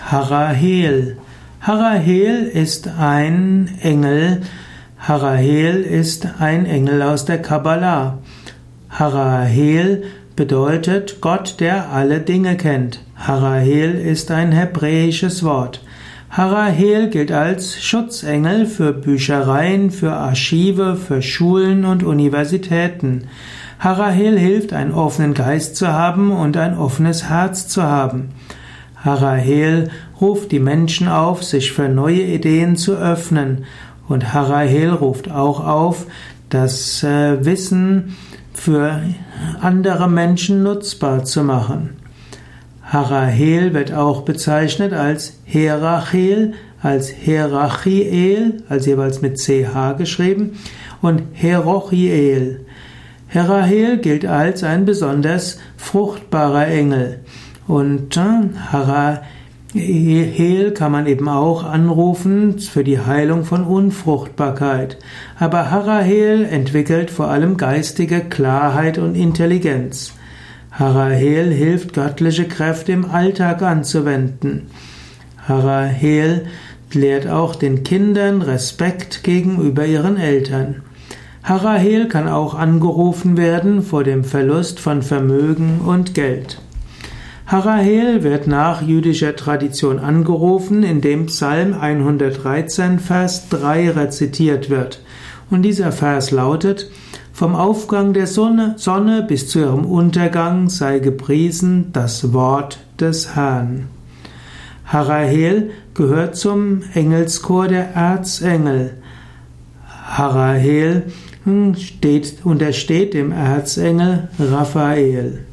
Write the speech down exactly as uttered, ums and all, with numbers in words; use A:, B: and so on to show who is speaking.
A: Harahel. Harahel ist ein Engel. Harahel ist ein Engel aus der Kabbala. Harahel bedeutet Gott, der alle Dinge kennt. Harahel ist ein hebräisches Wort. Harahel gilt als Schutzengel für Büchereien, für Archive, für Schulen und Universitäten. Harahel hilft, einen offenen Geist zu haben und ein offenes Herz zu haben. Harahel ruft die Menschen auf, sich für neue Ideen zu öffnen. Und Harahel ruft auch auf, das äh, Wissen für andere Menschen nutzbar zu machen. Harahel wird auch bezeichnet als Herachel, als Herachiel, also jeweils mit C H geschrieben, und Herochiel. Herahel gilt als ein besonders fruchtbarer Engel. Und Harahel kann man eben auch anrufen für die Heilung von Unfruchtbarkeit. Aber Harahel entwickelt vor allem geistige Klarheit und Intelligenz. Harahel hilft, göttliche Kräfte im Alltag anzuwenden. Harahel lehrt auch den Kindern Respekt gegenüber ihren Eltern. Harahel kann auch angerufen werden vor dem Verlust von Vermögen und Geld. Harahel wird nach jüdischer Tradition angerufen, indem Psalm hundertdreizehn, Vers drei rezitiert wird. Und dieser Vers lautet: Vom Aufgang der Sonne, Sonne bis zu ihrem Untergang sei gepriesen das Wort des Herrn. Harahel gehört zum Engelschor der Erzengel. Harahel steht, untersteht dem Erzengel Raphael.